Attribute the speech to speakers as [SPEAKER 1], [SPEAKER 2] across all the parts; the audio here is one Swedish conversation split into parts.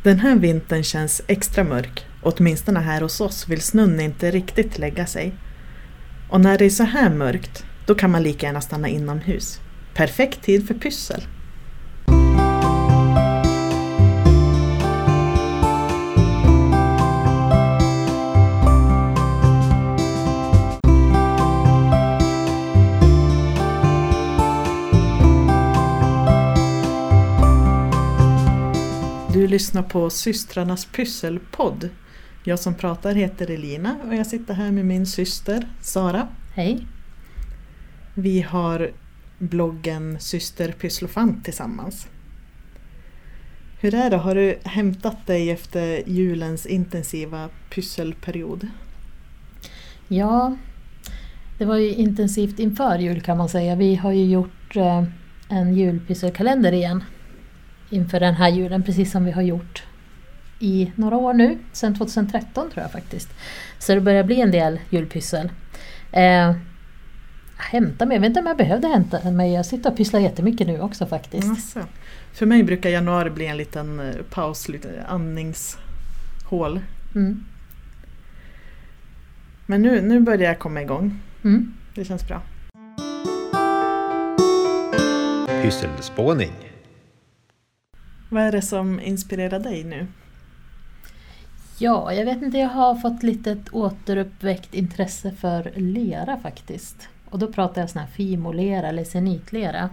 [SPEAKER 1] Den här vintern känns extra mörk. Åtminstone här hos oss vill snön inte riktigt lägga sig. Och när det är så här mörkt, då kan man lika gärna stanna inomhus. Perfekt tid för pyssel. Du lyssnar på Systrarnas pysselpodd. Jag som pratar heter Elina och jag sitter här med min syster Sara.
[SPEAKER 2] Hej.
[SPEAKER 1] Vi har bloggen Syster Pysslofant tillsammans. Hur är det? Har du hämtat dig efter julens intensiva pysselperiod?
[SPEAKER 2] Ja, det var ju intensivt inför jul kan man säga. Vi har ju gjort en julpysselkalender igen inför den här julen, precis som vi har gjort i några år nu, sedan 2013 tror jag faktiskt. Så det börjar bli en del julpyssel. Hämta mig, jag vet inte om jag behövde hämta mig, jag sitter och pysslar jättemycket nu också faktiskt.
[SPEAKER 1] Alltså, för mig brukar januari bli en liten paus, lite andningshål.
[SPEAKER 2] Mm.
[SPEAKER 1] Men nu börjar jag komma igång.
[SPEAKER 2] Mm.
[SPEAKER 1] Det känns bra.
[SPEAKER 3] Pysselspåning.
[SPEAKER 1] Vad är det som inspirerar dig nu?
[SPEAKER 2] Ja, jag vet inte, jag har fått lite ett återuppväckt intresse för lera faktiskt. Och då pratar jag sån här fimolera eller senitlera.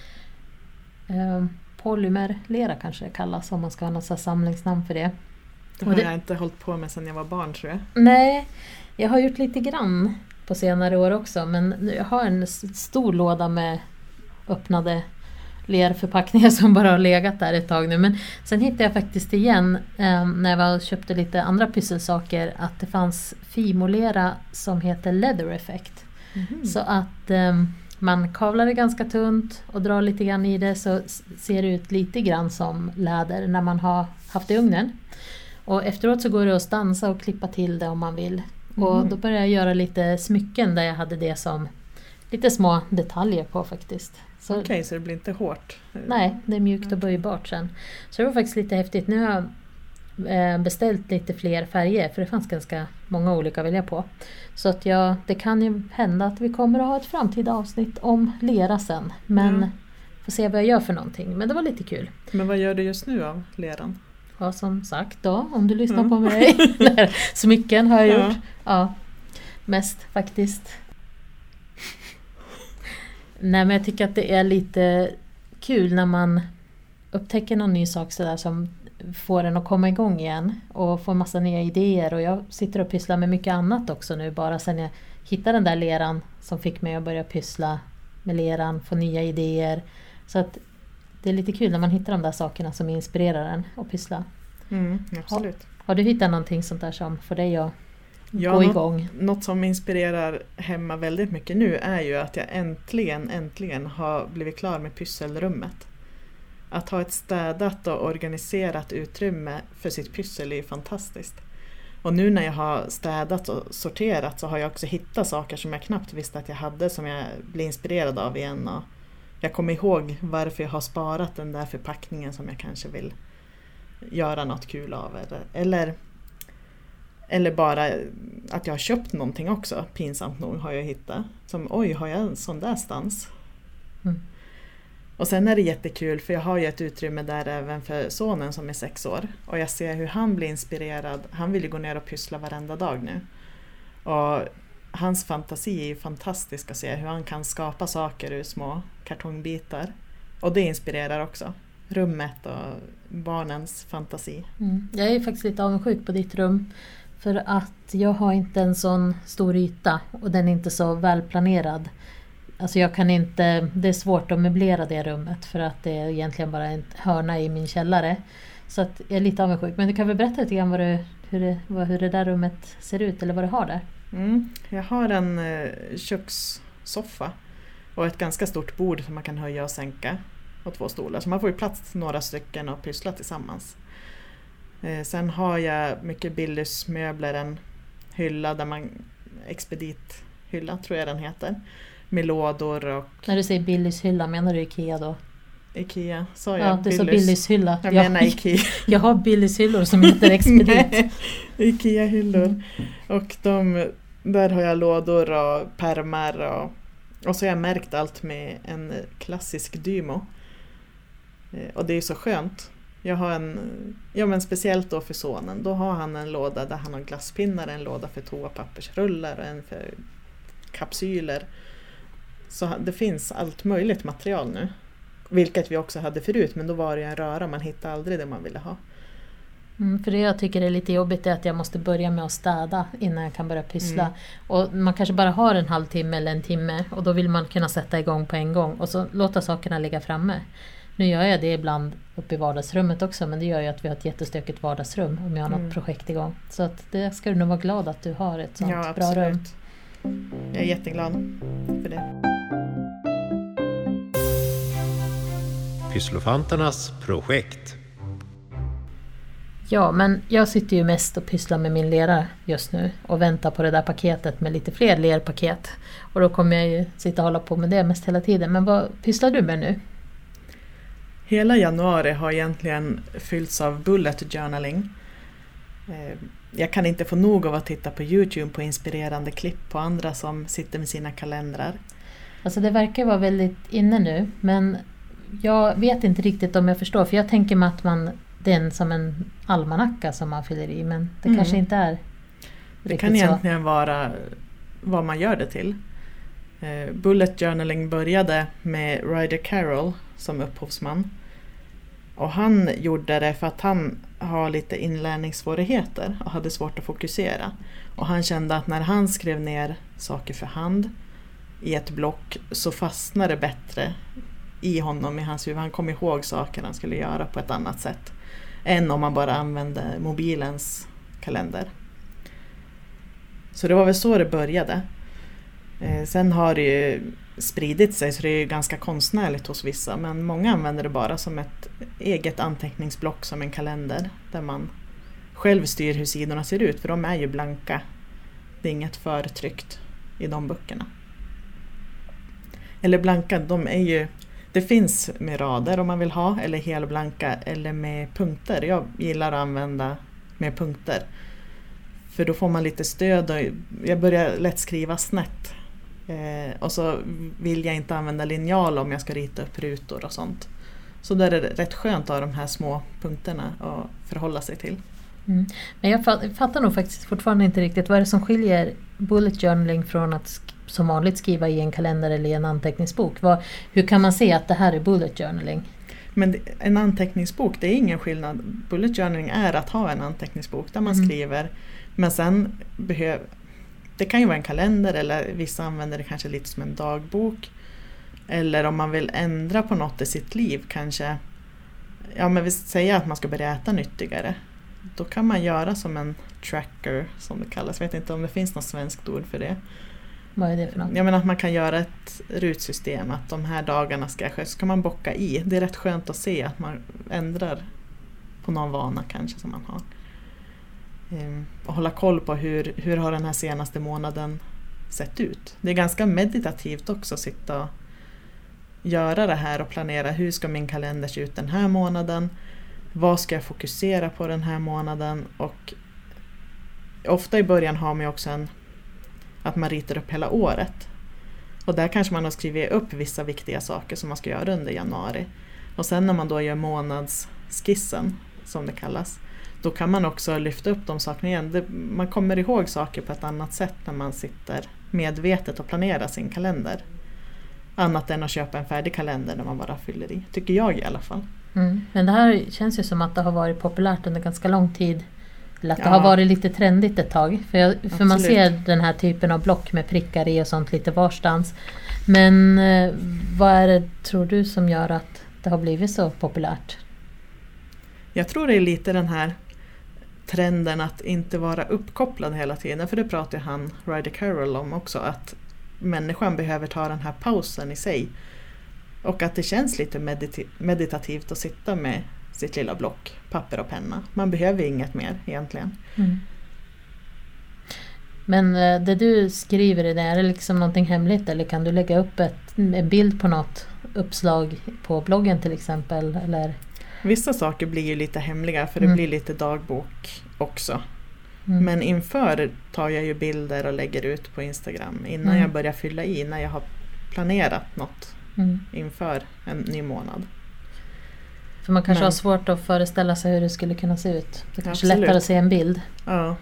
[SPEAKER 2] Polymerlera kanske det kallas om man ska ha något samlingsnamn för det.
[SPEAKER 1] Det har jag inte hållit på med sedan jag var barn tror jag.
[SPEAKER 2] Nej, jag har gjort lite grann på senare år också. Men jag har en stor låda med öppnade lerförpackningar som bara har legat där ett tag nu. Men sen hittade jag faktiskt igen när jag köpte lite andra pysselsaker att det fanns fimolera som heter leather effect. Mm. Så att man kavlar det ganska tunt och drar lite grann i det så ser det ut lite grann som läder när man har haft det i ugnen. Och efteråt så går det att stansa och klippa till det om man vill. Och då började jag göra lite smycken där jag hade det som lite små detaljer på faktiskt.
[SPEAKER 1] Okej, så det blir inte hårt?
[SPEAKER 2] Nej, det är mjukt och böjbart sen. Så det var faktiskt lite häftigt. Nu har jag beställt lite fler färger för det fanns ganska många olika att välja på. Så att det kan ju hända att vi kommer att ha ett framtida avsnitt om lera sen. Men får se vad jag gör för någonting. Men det var lite kul.
[SPEAKER 1] Men vad gör du just nu av leran?
[SPEAKER 2] Ja, som sagt då, om du lyssnar på mig. Smycken har jag gjort. Ja, mest faktiskt. Nej, men jag tycker att det är lite kul när man upptäcker någon ny sak så där som får en att komma igång igen och få massa nya idéer. Och jag sitter och pysslar med mycket annat också nu bara sen jag hittade den där leran som fick mig att börja pyssla med leran, få nya idéer. Så att det är lite kul när man hittar de där sakerna som inspirerar en att pyssla.
[SPEAKER 1] Absolut.
[SPEAKER 2] Har du hittat någonting sånt där som för dig att gå igång?
[SPEAKER 1] Något som inspirerar hemma väldigt mycket nu är ju att jag äntligen har blivit klar med pysselrummet. Att ha ett städat och organiserat utrymme för sitt pyssel är ju fantastiskt. Och nu när jag har städat och sorterat så har jag också hittat saker som jag knappt visste att jag hade som jag blir inspirerad av igen. Och jag kommer ihåg varför jag har sparat den där förpackningen som jag kanske vill göra något kul av. Eller bara att jag har köpt någonting också, pinsamt nog har jag hittat. Som, har jag en sån där stans? Mm. Och sen är det jättekul för jag har ju ett utrymme där även för sonen som är 6 år. Och jag ser hur han blir inspirerad. Han vill ju gå ner och pyssla varenda dag nu. Och hans fantasi är ju fantastisk att se hur han kan skapa saker ur små kartongbitar. Och det inspirerar också. Rummet och barnens fantasi. Mm.
[SPEAKER 2] Jag är faktiskt lite avundsjuk på ditt rum. För att jag har inte en sån stor yta och den är inte så välplanerad. Alltså jag kan inte, det är svårt att möblera det rummet för att det är egentligen bara en hörna i min källare. Så att jag är lite avundsjuk. Men du kan väl berätta lite grann hur det där rummet ser ut eller vad du har där?
[SPEAKER 1] Jag har en kökssoffa och ett ganska stort bord som man kan höja och sänka. Och 2 stolar. Så man får ju plats några stycken och pyssla tillsammans. Sen har jag mycket Billys-möbler, en hylla där man expedithylla tror jag den heter. Med lådor och...
[SPEAKER 2] När du säger Billys hylla, menar du Ikea då?
[SPEAKER 1] Ikea, sa jag?
[SPEAKER 2] Ja, det är så Billys hylla.
[SPEAKER 1] Jag menar Ikea.
[SPEAKER 2] Jag har Billys hyllor som heter Expedit.
[SPEAKER 1] Ikea-hyllor. Och där har jag lådor och pärmar och så har jag märkt allt med en klassisk Dymo. Och det är så skönt. Jag har men speciellt då för sonen. Då har han en låda där han har glasspinnar, en låda för toapappersrullar och en för kapsyler. Så det finns allt möjligt material nu. Vilket vi också hade förut, men då var det en röra. Man hittade aldrig det man ville ha.
[SPEAKER 2] För det jag tycker är lite jobbigt är att jag måste börja med att städa innan jag kan börja pyssla. Och man kanske bara har en halvtimme eller en timme och då vill man kunna sätta igång på en gång och så låta sakerna ligga framme. Nu gör jag det ibland uppe i vardagsrummet också, men det gör ju att vi har ett jättestökigt vardagsrum om jag har något projekt igång. Så att det ska du nog vara glad att du har ett sånt bra rum.
[SPEAKER 1] Jag är jätteglad för det.
[SPEAKER 3] Pysslofanternas projekt.
[SPEAKER 2] Ja, men jag sitter ju mest och pysslar med min lera just nu och väntar på det där paketet med lite fler lerpaket. Och då kommer jag ju sitta och hålla på med det mest hela tiden. Men vad pysslar du med nu?
[SPEAKER 1] Hela januari har egentligen fyllts av bullet journaling. Jag kan inte få nog av att titta på YouTube på inspirerande klipp på andra som sitter med sina kalendrar.
[SPEAKER 2] Alltså det verkar vara väldigt inne nu, men jag vet inte riktigt om jag förstår. För jag tänker mig att det är som en almanacka som man fyller i, men det kanske inte är riktigt så.
[SPEAKER 1] Det kan egentligen vara vad man gör det till. Bullet journaling började med Ryder Carroll som upphovsman. Och han gjorde det för att han har lite inlärningssvårigheter och hade svårt att fokusera. Och han kände att när han skrev ner saker för hand i ett block så fastnade det bättre i honom, i hans huvud. Han kom ihåg saker han skulle göra på ett annat sätt än om man bara använde mobilens kalender. Så det var väl så det började. Sen har det ju spridit sig så det är ju ganska konstnärligt hos vissa, men många använder det bara som ett eget anteckningsblock, som en kalender där man själv styr hur sidorna ser ut, för de är ju blanka. Det är inget förtryckt i de böckerna. Eller blanka, det finns med rader om man vill ha, eller helblanka eller med punkter. Jag gillar att använda med punkter. För då får man lite stöd och jag börjar lätt skriva snett. Och så vill jag inte använda linjal om jag ska rita upp rutor och sånt. Så där är det rätt skönt att ha de här små punkterna att förhålla sig till.
[SPEAKER 2] Men jag fattar nog faktiskt fortfarande inte riktigt vad är det som skiljer bullet journaling från att som vanligt skriva i en kalender eller i en anteckningsbok. Hur kan man se att det här är bullet journaling?
[SPEAKER 1] Men en anteckningsbok, det är ingen skillnad. Bullet journaling är att ha en anteckningsbok där man skriver. Men sen det kan ju vara en kalender, eller vissa använder det kanske lite som en dagbok. Eller om man vill ändra på något i sitt liv kanske. Ja, men vi säger att man ska börja äta nyttigare. Då kan man göra som en tracker som det kallas. Jag vet inte om det finns något svenskt ord för det.
[SPEAKER 2] Vad är det för något?
[SPEAKER 1] Jag menar att man kan göra ett rutsystem. Att de här dagarna så kan man bocka i. Det är rätt skönt att se att man ändrar på någon vana kanske som man har. Och hålla koll på hur har den här senaste månaden sett ut. Det är ganska meditativt också att sitta och göra det här och planera. Hur ska min kalender se ut den här månaden? Vad ska jag fokusera på den här månaden? Och ofta i början har man också att man ritar upp hela året. Och där kanske man har skrivit upp vissa viktiga saker som man ska göra under januari. Och sen när man då gör månadsskissen, som det kallas, då kan man också lyfta upp de sakerna igen. Man kommer ihåg saker på ett annat sätt när man sitter medvetet och planerar sin kalender. Annat än att köpa en färdig kalender när man bara fyller i. Tycker jag i alla fall.
[SPEAKER 2] Men det här känns ju som att det har varit populärt under ganska lång tid. Eller att det har varit lite trendigt ett tag. För man ser den här typen av block med prickar i och sånt lite varstans. Men vad är det, tror du, som gör att det har blivit så populärt?
[SPEAKER 1] Jag tror det är lite den här trenden att inte vara uppkopplad hela tiden. För det pratar han, Ryder Carroll, om också. Att människan behöver ta den här pausen i sig. Och att det känns lite meditativt att sitta med sitt lilla block, papper och penna. Man behöver inget mer egentligen.
[SPEAKER 2] Men det du skriver i det, är det liksom någonting hemligt? Eller kan du lägga upp en bild på något uppslag på bloggen till exempel? Eller?
[SPEAKER 1] Vissa saker blir ju lite hemliga för det blir lite dagbok också. Men inför tar jag ju bilder och lägger ut på Instagram innan jag börjar fylla i, när jag har planerat något inför en ny månad.
[SPEAKER 2] För man kanske har svårt att föreställa sig hur det skulle kunna se ut. Det kanske är
[SPEAKER 1] Absolut.
[SPEAKER 2] lättare att se en bild.
[SPEAKER 1] Ja.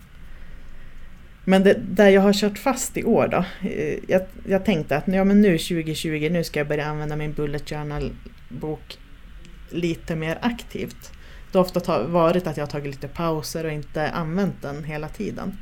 [SPEAKER 1] Men där jag har kört fast i år då. Jag tänkte att men nu 2020, nu ska jag börja använda min bullet journal-bok lite mer aktivt. Det har ofta varit att jag har tagit lite pauser och inte använt den hela tiden.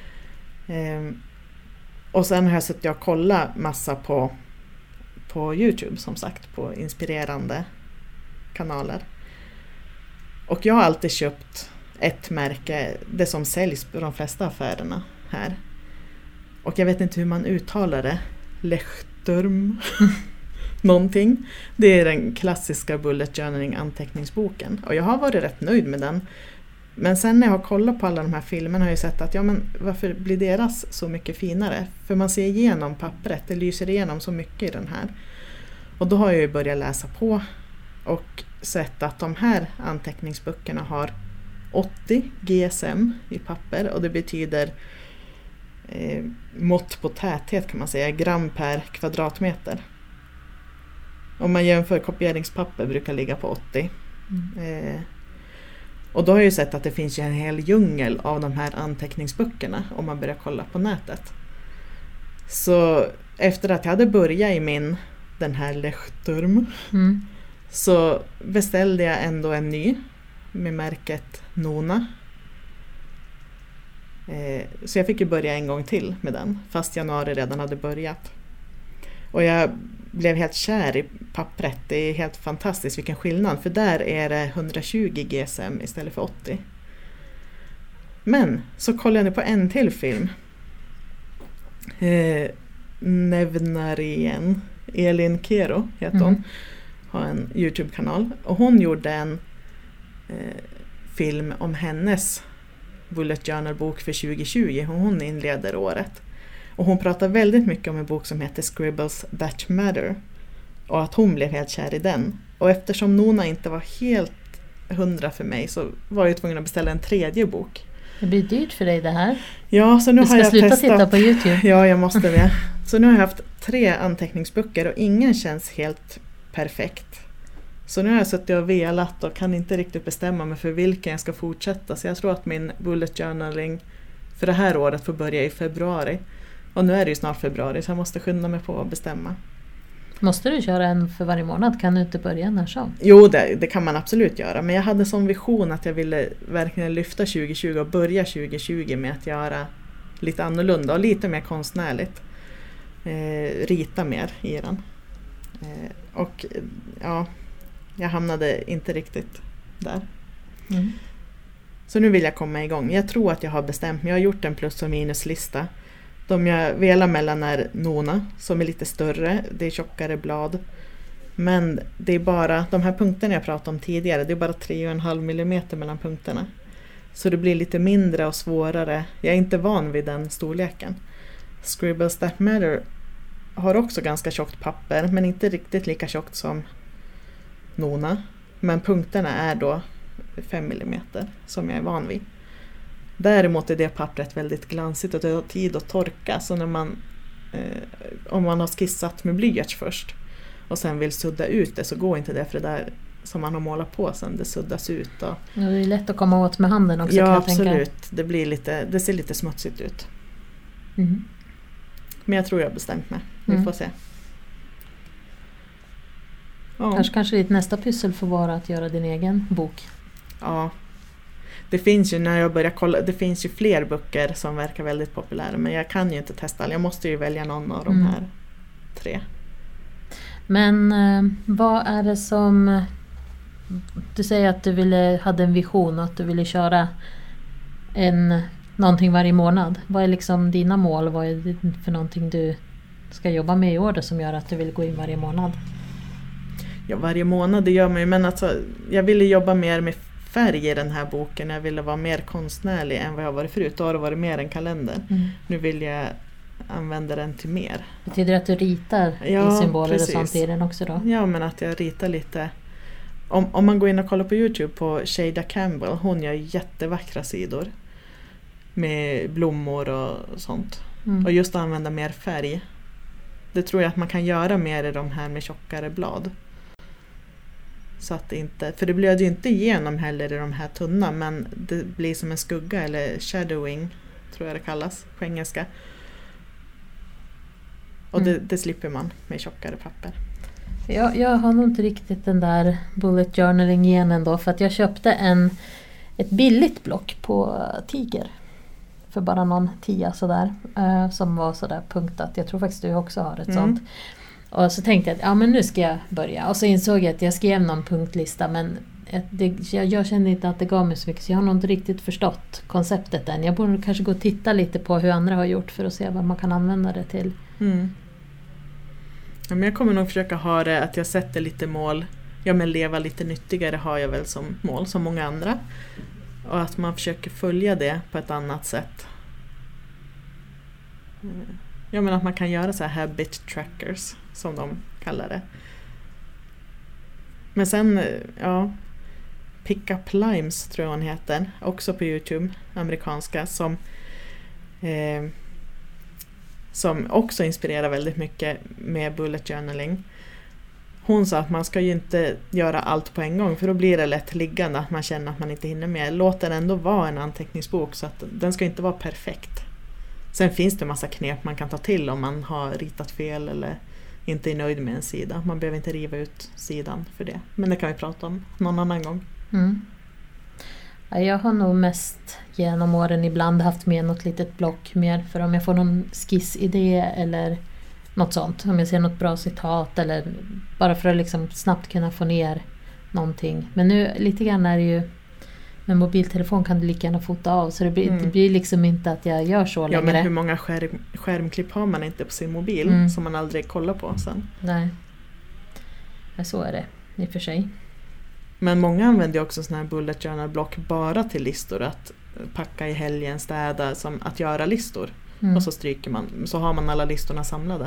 [SPEAKER 1] Och sen har jag suttit och kollat massa på YouTube, som sagt, på inspirerande kanaler. Och jag har alltid köpt ett märke, det som säljs på de flesta affärerna här. Och jag vet inte hur man uttalar det. Lechturm. Någonting. Det är den klassiska bullet journaling anteckningsboken. Och jag har varit rätt nöjd med den. Men sen när jag har kollat på alla de här filmerna har jag sett att varför blir deras så mycket finare? För man ser igenom pappret, det lyser igenom så mycket i den här. Och då har jag ju börjat läsa på och sett att de här anteckningsböckerna har 80 GSM i papper, och det betyder mått på täthet kan man säga, gram per kvadratmeter. Om man jämför, kopieringspapper brukar ligga på 80. Och då har jag ju sett att det finns ju en hel djungel av de här anteckningsböckerna om man börjar kolla på nätet. Så efter att jag hade börjat i den här Lechturm så beställde jag ändå en ny med märket Nona. Så jag fick ju börja en gång till med den, fast januari redan hade börjat. Och jag blev helt kär i pappret. Det är helt fantastiskt vilken skillnad, för där är det 120 GSM istället för 80. Men så kollade jag nu på en till film. Nevnarien, Elin Kero heter hon. Har en YouTube-kanal. Och hon gjorde en film om hennes bullet journal-bok för 2020. Hon inleder året. Och hon pratar väldigt mycket om en bok som heter Scribbles That Matter. Och att hon blev helt kär i den. Och eftersom Nona inte var helt 100 för mig så var jag tvungen att beställa en tredje bok.
[SPEAKER 2] Det blir dyrt för dig det här.
[SPEAKER 1] Ja, så nu
[SPEAKER 2] du ska
[SPEAKER 1] har jag
[SPEAKER 2] sluta
[SPEAKER 1] testat.
[SPEAKER 2] Titta på YouTube.
[SPEAKER 1] Ja, jag måste det. Så nu har jag haft 3 anteckningsböcker och ingen känns helt perfekt. Så nu har jag suttit och velat och kan inte riktigt bestämma mig för vilken jag ska fortsätta. Så jag tror att min bullet journaling för det här året får börja i februari. Och nu är det ju snart februari så jag måste skynda mig på att bestämma.
[SPEAKER 2] Måste du köra en för varje månad? Kan du inte börja när som?
[SPEAKER 1] Jo, det kan man absolut göra. Men jag hade som vision att jag ville verkligen lyfta 2020 och börja 2020 med att göra lite annorlunda och lite mer konstnärligt. Rita mer i den. Och ja, jag hamnade inte riktigt där. Så nu vill jag komma igång. Jag tror att jag har bestämt mig. Jag har gjort en plus- och minuslista. De jag velar mellan är Nona som är lite större. Det är tjockare blad. Men det är bara de här punkterna jag pratade om tidigare. Det är bara 3,5 millimeter mellan punkterna. Så det blir lite mindre och svårare. Jag är inte van vid den storleken. Scribbles That Matter har också ganska tjockt papper. Men inte riktigt lika tjockt som Nona. Men punkterna är då 5 millimeter som jag är van vid. Däremot är det pappret väldigt glansigt och det tar tid att torka. Så när om man har skissat med blyerts först och sen vill sudda ut det så går inte det, för det där som man har målat på sen, det suddas ut. Och
[SPEAKER 2] det är lätt att komma åt med handen också.
[SPEAKER 1] Ja,
[SPEAKER 2] kan jag
[SPEAKER 1] absolut.
[SPEAKER 2] tänka.
[SPEAKER 1] Det ser lite smutsigt ut. Men jag tror jag har bestämt mig. Vi får se. Ja.
[SPEAKER 2] Kanske ditt nästa pussel får vara att göra din egen bok.
[SPEAKER 1] Ja. Det finns ju, när jag börjar kolla, det finns ju fler böcker som verkar väldigt populära, men jag kan ju inte testa. Jag måste ju välja någon av de här 3.
[SPEAKER 2] Men vad är det som... Du säger att du hade en vision och att du ville köra någonting varje månad. Vad är liksom dina mål? Vad är det för någonting du ska jobba med i år då, som gör att du vill gå in varje månad?
[SPEAKER 1] Ja, varje månad det gör man ju, men alltså, jag ville jobba mer med färg i den här boken. Jag ville vara mer konstnärlig än vad jag har varit förut. Då har det varit mer en kalender. Nu vill jag använder den till mer.
[SPEAKER 2] Betyder det att du ritar i symboler och sånt i den också då?
[SPEAKER 1] Ja, men att jag ritar lite. Om man går in och kollar på YouTube på Shada Campbell, hon gör jättevackra sidor med blommor och sånt. Och just att använda mer färg. Det tror jag att man kan göra mer i de här med tjockare blad. Så att det inte, för det blöder ju inte igenom heller i de här tunna, men det blir som en skugga eller shadowing tror jag det kallas på engelska. Och det slipper man med tjockare papper.
[SPEAKER 2] Jag har nog inte riktigt den där bullet journaling-genen då, för att jag köpte ett billigt block på Tiger för bara någon 10 sådär, som var sådär punktat. Jag tror faktiskt du också har ett sånt. Och så tänkte jag att ja, men nu ska jag börja. Och så insåg jag att jag skrev någon punktlista, men jag kände inte att det gav mig så mycket, så jag har nog inte riktigt förstått konceptet än. Jag borde kanske gå och titta lite på hur andra har gjort för att se vad man kan använda det till.
[SPEAKER 1] Ja, men jag kommer nog försöka ha det att jag sätter lite mål. Ja, men leva lite nyttigare har jag väl som mål som många andra. Och att man försöker följa det på ett annat sätt. Ja, men att man kan göra så här habit trackers som de kallar det. Men sen, Pick Up Limes tror jag hon heter. Också på YouTube, amerikanska, som också inspirerar väldigt mycket med bullet journaling. Hon sa att man ska ju inte göra allt på en gång, för då blir det lätt liggande att man känner att man inte hinner med. Låt den ändå vara en anteckningsbok, så att den ska inte vara perfekt. Sen finns det massa knep man kan ta till om man har ritat fel eller inte är nöjd med en sida. Man behöver inte riva ut sidan för det. Men det kan vi prata om någon annan gång.
[SPEAKER 2] Jag har nog mest genom åren ibland haft med något litet block mer för om jag får någon skissidé eller något sånt. Om jag ser något bra citat eller bara för att liksom snabbt kunna få ner någonting. Men nu lite grann är det ju med mobiltelefon kan du lika gärna fota av, så det blir liksom inte att jag gör så längre.
[SPEAKER 1] Ja, men hur många skärmklipp har man inte på sin mobil som man aldrig kollar på sen?
[SPEAKER 2] Nej, så är det i och för sig.
[SPEAKER 1] Men många använder ju också såna här bullet journal block bara till listor, att packa i helgen, städa, som att göra listor. Och så stryker man, så har man alla listorna samlade.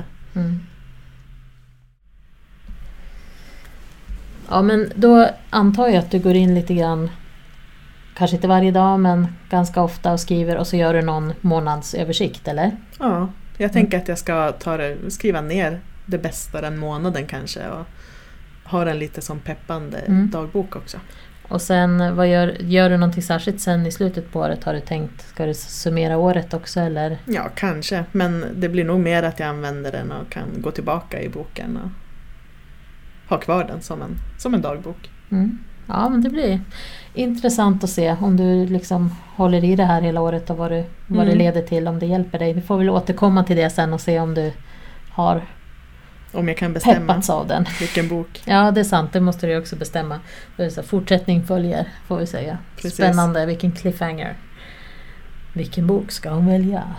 [SPEAKER 2] Ja, men då antar jag att du går in lite grann, kanske inte varje dag men ganska ofta, och skriver, och så gör du någon månadsöversikt, eller?
[SPEAKER 1] Ja, jag tänker att jag ska skriva ner det bästa den månaden kanske, och ha den lite som peppande dagbok också. Och
[SPEAKER 2] sen vad gör du någonting särskilt sen i slutet på året, har du tänkt? Ska du summera året också, eller?
[SPEAKER 1] Ja, kanske, men det blir nog mer att jag använder den och kan gå tillbaka i boken och ha kvar den som en dagbok.
[SPEAKER 2] Ja, men det blir intressant att se om du liksom håller i det här hela året och vad det leder till, om det hjälper dig. Vi får väl återkomma till det sen och se om du har
[SPEAKER 1] om jag kan bestämma
[SPEAKER 2] peppats av den.
[SPEAKER 1] Vilken bok.
[SPEAKER 2] Ja, det är sant. Det måste du också bestämma. Så fortsättning följer, får vi säga. Precis. Spännande, vilken cliffhanger. Vilken bok ska hon välja?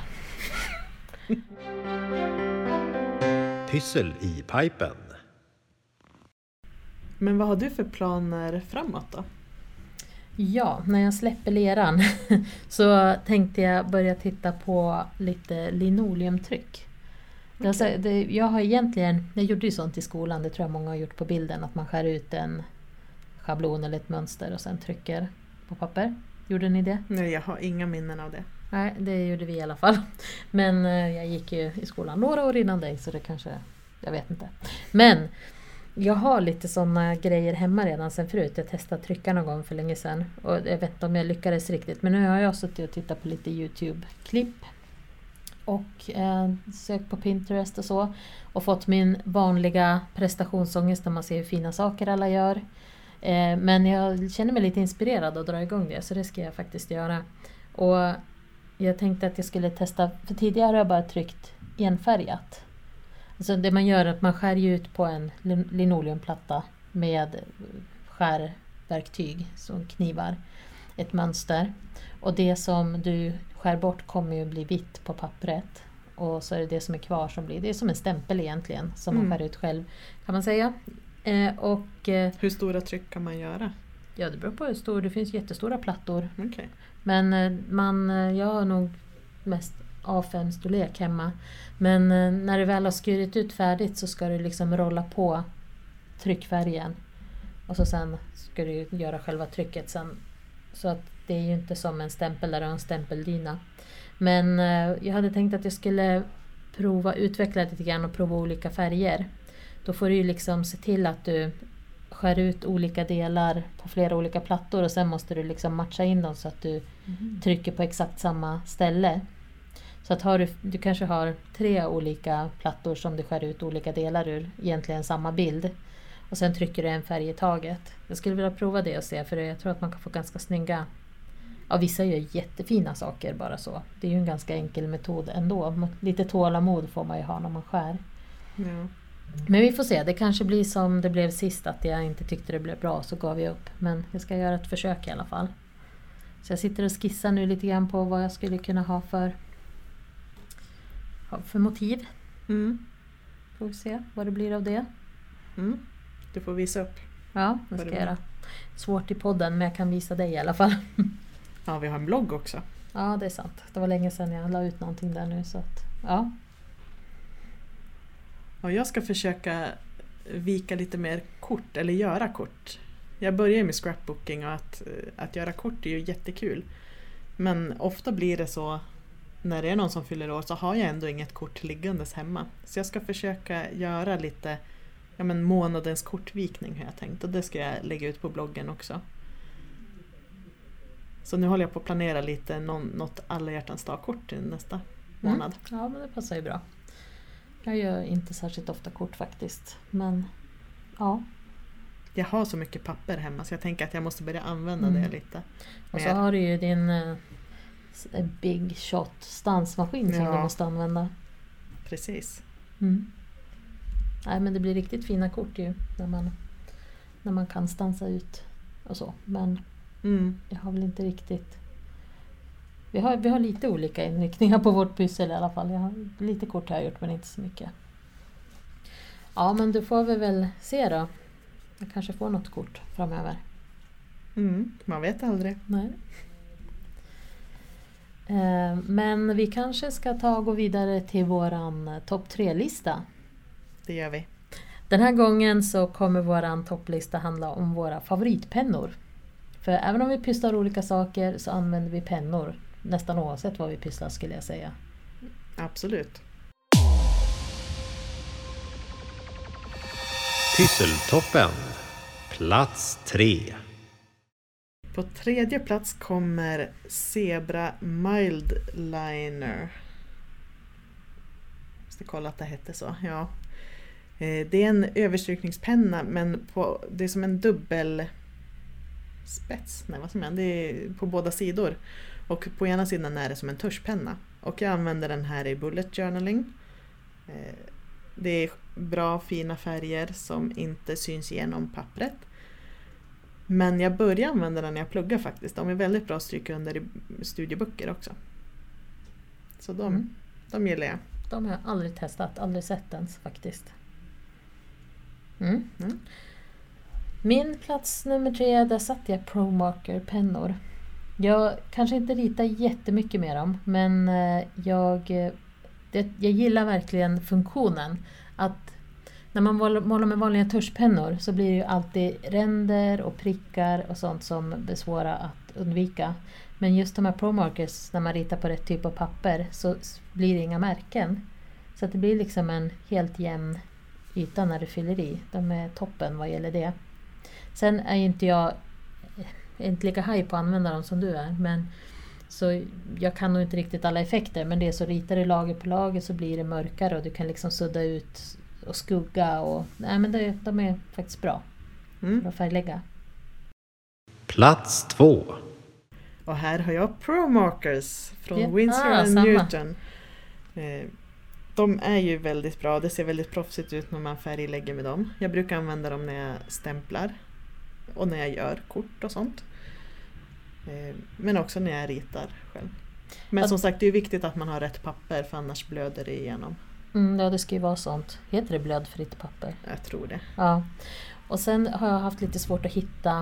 [SPEAKER 3] Pyssel i pipen.
[SPEAKER 1] Men vad har du för planer framåt då?
[SPEAKER 2] Ja, när jag släpper leran så tänkte jag börja titta på lite linoleumtryck. Okay. Jag gjorde ju sånt i skolan, det tror jag många har gjort på bilden, att man skär ut en schablon eller ett mönster och sen trycker på papper. Gjorde ni det?
[SPEAKER 1] Nej, jag har inga minnen av det.
[SPEAKER 2] Nej, det gjorde vi i alla fall. Men jag gick ju i skolan några år innan dig, så det kanske, jag vet inte. Men jag har lite sådana grejer hemma redan sen förut. Jag testade trycka någon gång för länge sedan. Och jag vet inte om jag lyckades riktigt. Men nu har jag suttit och tittat på lite YouTube-klipp. Och sökt på Pinterest och så. Och fått min vanliga prestationsångest när man ser hur fina saker alla gör. Men jag känner mig lite inspirerad att dra igång det. Så det ska jag faktiskt göra. Och jag tänkte att jag skulle testa. För tidigare har jag bara tryckt enfärgat. Alltså det man gör är att man skär ut på en linoleumplatta med skärverktyg som knivar ett mönster. Och det som du skär bort kommer ju bli vitt på pappret. Och så är det som är kvar som blir, det är som en stämpel egentligen som man skär ut själv, kan man säga.
[SPEAKER 1] Hur stora tryck kan man göra?
[SPEAKER 2] Ja, det beror på hur stor, det finns jättestora plattor.
[SPEAKER 1] Okay.
[SPEAKER 2] Men jag har nog mest A5-storlek hemma. Men när du väl har skurit ut färdigt så ska du liksom rolla på tryckfärgen. Och så sen ska du göra själva trycket sen. Så att det är ju inte som en stämpel där du har en stämpeldyna. Men jag hade tänkt att jag skulle utveckla lite grann och prova olika färger. Då får du ju liksom se till att du skär ut olika delar på flera olika plattor och sen måste du liksom matcha in dem så att du trycker på exakt samma ställe. Så att du kanske har 3 olika plattor som du skär ut olika delar ur, egentligen samma bild. Och sen trycker du en färg i taget. Jag skulle vilja prova det och se, för jag tror att man kan få ganska snygga... Ja, vissa gör jättefina saker bara så. Det är ju en ganska enkel metod ändå. Lite tålamod får man ju ha när man skär.
[SPEAKER 1] Ja.
[SPEAKER 2] Men vi får se, det kanske blir som det blev sist, att jag inte tyckte det blev bra så gav jag upp. Men jag ska göra ett försök i alla fall. Så jag sitter och skissar nu lite grann på vad jag skulle kunna ha för motiv. Får vi se vad det blir av det.
[SPEAKER 1] Du får visa upp.
[SPEAKER 2] Ja, det ska jag göra. Svårt i podden, men jag kan visa dig i alla fall.
[SPEAKER 1] Ja, vi har en blogg också.
[SPEAKER 2] Ja, det är sant. Det var länge sedan jag la ut någonting där nu. Så att, ja.
[SPEAKER 1] Och jag ska försöka vika lite mer kort, eller göra kort. Jag börjar med scrapbooking och att göra kort är ju jättekul. Men ofta blir det så, när det är någon som fyller år så har jag ändå inget kort liggandes hemma. Så jag ska försöka göra lite månadens kortvikning har jag tänkt. Och det ska jag lägga ut på bloggen också. Så nu håller jag på att planera lite något alla hjärtans dag-kort till nästa månad.
[SPEAKER 2] Ja, men det passar ju bra. Jag gör inte särskilt ofta kort faktiskt. Men ja.
[SPEAKER 1] Jag har så mycket papper hemma så jag tänker att jag måste börja använda det lite.
[SPEAKER 2] Och så har du ju din Big Shot stansmaskin som du måste använda.
[SPEAKER 1] Precis.
[SPEAKER 2] Nej, men det blir riktigt fina kort ju när man kan stansa ut och så. Men jag har väl inte riktigt... Vi har lite olika inriktningar på vårt pussel i alla fall. Jag har lite kort har jag gjort men inte så mycket. Ja, men du får vi väl se då. Jag kanske får något kort framöver.
[SPEAKER 1] Man vet aldrig.
[SPEAKER 2] Nej. Men vi kanske ska gå vidare till våran topp 3-lista.
[SPEAKER 1] Det gör vi.
[SPEAKER 2] Den här gången så kommer våran topplista handla om våra favoritpennor. För även om vi pysslar olika saker så använder vi pennor. Nästan oavsett vad vi pysslar skulle jag säga.
[SPEAKER 1] Absolut.
[SPEAKER 3] Pysseltoppen. Plats 3.
[SPEAKER 1] På 3:e plats kommer Zebra Mildliner. Jag måste kolla att det hette så. Ja. Det är en överstrykningspenna men det är som en dubbel spets. Nej, vad som är det? Det är på båda sidor. Och på ena sidan är det som en tuschpenna. Och jag använder den här i bullet journaling. Det är bra fina färger som inte syns igenom pappret. Men jag börjar använda den när jag pluggar faktiskt. De är väldigt bra att stryka under i studieböcker också. Så de gillar jag.
[SPEAKER 2] De har jag aldrig testat, aldrig sett ens faktiskt. Min plats nummer 3, där satte jag ProMarker-pennor. Jag kanske inte ritar jättemycket med dem, men jag gillar verkligen funktionen. Att när man målar med vanliga tuschpennor så blir det ju alltid ränder och prickar och sånt som är svåra att undvika. Men just de här ProMarkers, när man ritar på rätt typ av papper så blir det inga märken. Så att det blir liksom en helt jämn yta när du fyller i. De är toppen vad gäller det. Sen är inte jag inte lika haj på att använda dem som du är. Men så jag kan nog inte riktigt alla effekter. Men det är så ritar du lager på lager så blir det mörkare. Och du kan liksom sudda ut och skugga. Nej, men de är faktiskt bra för att färglägga.
[SPEAKER 3] Plats 2.
[SPEAKER 1] Och här har jag ProMarkers från Winsor & Newton. De är ju väldigt bra. Det ser väldigt proffsigt ut när man färglägger med dem. Jag brukar använda dem när jag stämplar. Och när jag gör kort och sånt. Men också när jag ritar själv. Men som sagt, det är viktigt att man har rätt papper. För annars blöder det igenom.
[SPEAKER 2] Ja, det ska ju vara sånt. Heter det blödfritt papper?
[SPEAKER 1] Jag tror det.
[SPEAKER 2] Ja. Och sen har jag haft lite svårt att hitta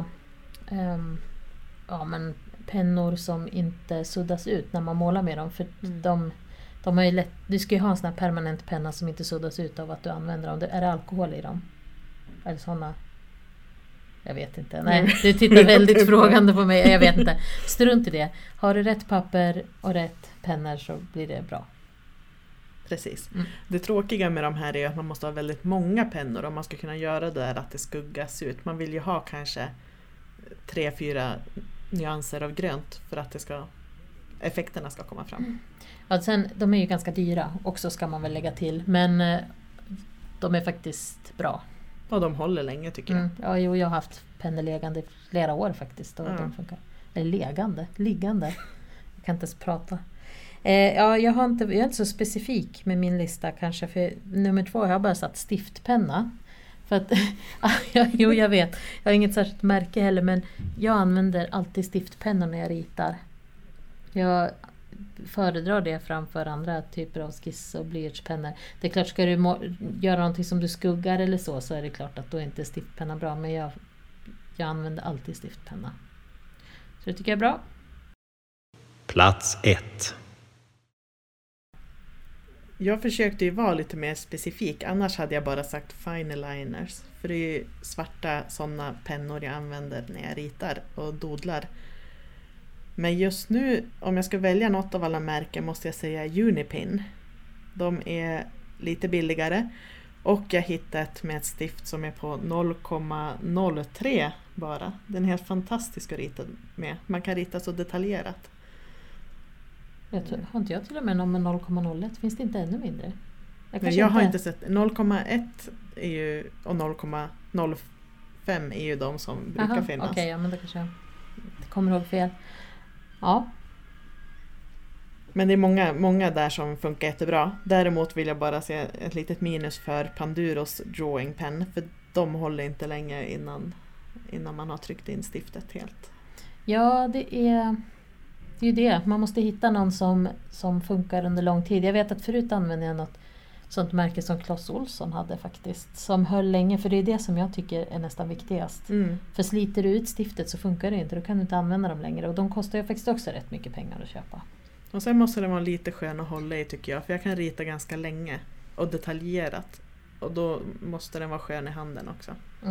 [SPEAKER 2] pennor som inte suddas ut när man målar med dem. För De har ju du ska ju ha en sån här permanent penna som inte suddas ut av att du använder dem. Är det alkohol i dem? Eller sådana? Jag vet inte. Nej, du tittar väldigt frågande på mig. Jag vet inte. Strunt i det. Har du rätt papper och rätt pennor så blir det bra.
[SPEAKER 1] Precis. Det tråkiga med de här är att man måste ha väldigt många pennor om man ska kunna göra det där att det skuggas ut. Man vill ju ha kanske 3-4 nyanser av grönt för att effekterna ska komma fram.
[SPEAKER 2] Ja, sen, de är ju ganska dyra också ska man väl lägga till. Men de är faktiskt bra.
[SPEAKER 1] Och de håller länge tycker jag.
[SPEAKER 2] Ja, jag har haft pennor liggande i flera år faktiskt. Och de funkar. Eller liggande. Jag kan inte ens prata. Jag är inte så specifik med min lista kanske. För nummer 2 har jag bara satt stiftpenna. För att, jag vet. Jag har inget särskilt märke heller. Men jag använder alltid stiftpennor när jag ritar. Jag föredrar det framför andra typer av skiss- och blyertspennor. Det är klart, ska du göra någonting som du skuggar eller så är det klart att då är inte stiftpenna bra. Men jag använder alltid stiftpenna. Så det tycker jag är bra.
[SPEAKER 3] Plats 1.
[SPEAKER 1] Jag försökte ju vara lite mer specifik. Annars hade jag bara sagt fine liners. För det är ju svarta sådana pennor jag använder när jag ritar och dodlar. Men just nu, om jag ska välja något av alla märken måste jag säga Unipin. De är lite billigare. Och jag hittade ett med ett stift som är på 0,03 bara. Den är helt fantastisk att rita med. Man kan rita så detaljerat.
[SPEAKER 2] Har inte jag till och med någon med 0,01? Finns det inte ännu mindre?
[SPEAKER 1] Jag har inte sett. 0,1 är ju, och 0,05 är ju de som brukar finnas.
[SPEAKER 2] Okej, ja, men då kanske jag kommer ihåg fel. Ja.
[SPEAKER 1] Men det är många där som funkar jättebra. Däremot vill jag bara se ett litet minus för Panduros drawing pen. För de håller inte länge innan man har tryckt in stiftet helt.
[SPEAKER 2] Ja, det är ju det. Man måste hitta någon som funkar under lång tid. Jag vet att förut använde jag något sånt märke som Clas Ohlson hade faktiskt. Som höll länge, för det är det som jag tycker är nästan viktigast. För sliter du ut stiftet så funkar det inte. Då kan du inte använda dem längre. Och de kostar ju faktiskt också rätt mycket pengar att köpa.
[SPEAKER 1] Och sen måste den vara lite skön att hålla i tycker jag. För jag kan rita ganska länge och detaljerat. Och då måste den vara skön i handen också.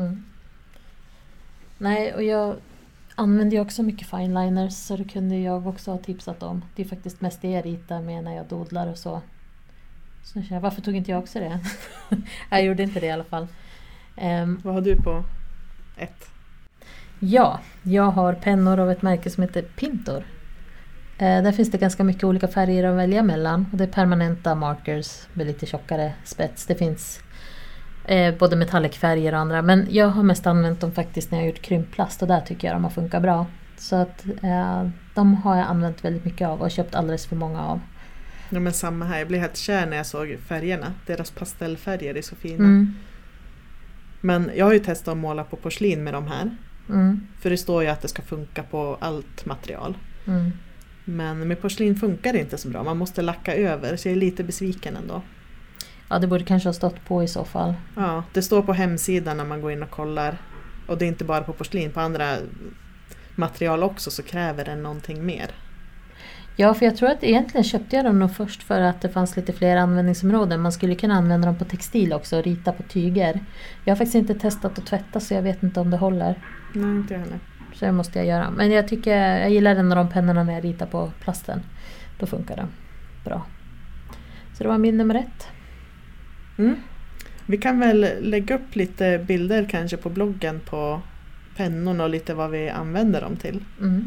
[SPEAKER 2] Nej, och jag använder ju också mycket fineliners. Så det kunde jag också ha tipsat om. Det är faktiskt mest det jag ritar med när jag dodlar och så. Så nu känner jag, varför tog inte jag också det? Jag gjorde inte det i alla fall.
[SPEAKER 1] Vad har du på 1?
[SPEAKER 2] Ja, jag har pennor av ett märke som heter Pintor. Där finns det ganska mycket olika färger att välja mellan. Och det är permanenta markers med lite tjockare spets. Det finns både metallicfärger och andra. Men jag har mest använt dem faktiskt när jag har gjort krympplast. Och där tycker jag de har funkat bra. Så att de har jag använt väldigt mycket av och köpt alldeles för många av.
[SPEAKER 1] Ja, men samma här. Jag blev helt kär när jag såg färgerna. Deras pastellfärger är så fina. Men jag har ju testat att måla på porslin med de här. För det står ju att det ska funka på allt material. Men med porslin funkar det inte så bra. Man måste lacka över, så jag är lite besviken ändå.
[SPEAKER 2] Ja, det borde kanske ha stått på i så fall.
[SPEAKER 1] Ja, det står på hemsidan när man går in och kollar. Och det är inte bara på porslin. På andra material också så kräver den någonting mer.
[SPEAKER 2] Ja, för jag tror att egentligen köpte jag dem nog först för att det fanns lite fler användningsområden. Man skulle kunna använda dem på textil också och rita på tyger. Jag har faktiskt inte testat att tvätta så jag vet inte om det håller.
[SPEAKER 1] Nej, inte heller.
[SPEAKER 2] Så det måste jag göra. Men jag gillar en av de pennorna när jag ritar på plasten. Då funkar det bra. Så det var min nummer 1.
[SPEAKER 1] Vi kan väl lägga upp lite bilder kanske på bloggen på pennorna och lite vad vi använder dem till.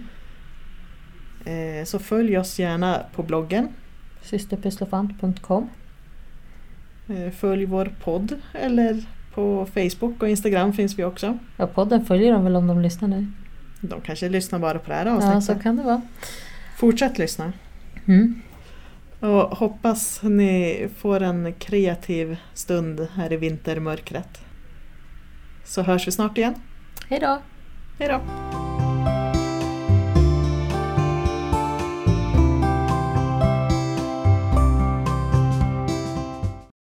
[SPEAKER 1] Så följ oss gärna på bloggen.
[SPEAKER 2] systerpysslofant.com.
[SPEAKER 1] Följ vår podd eller på Facebook och Instagram finns vi också.
[SPEAKER 2] Ja, podden följer de väl om de lyssnar nu.
[SPEAKER 1] De kanske lyssnar bara på det här avsnittet.
[SPEAKER 2] Ja, så kan det vara.
[SPEAKER 1] Fortsätt lyssna. Och hoppas ni får en kreativ stund här i vintermörkret. Så hörs vi snart igen.
[SPEAKER 2] Hej då!
[SPEAKER 1] Hej då!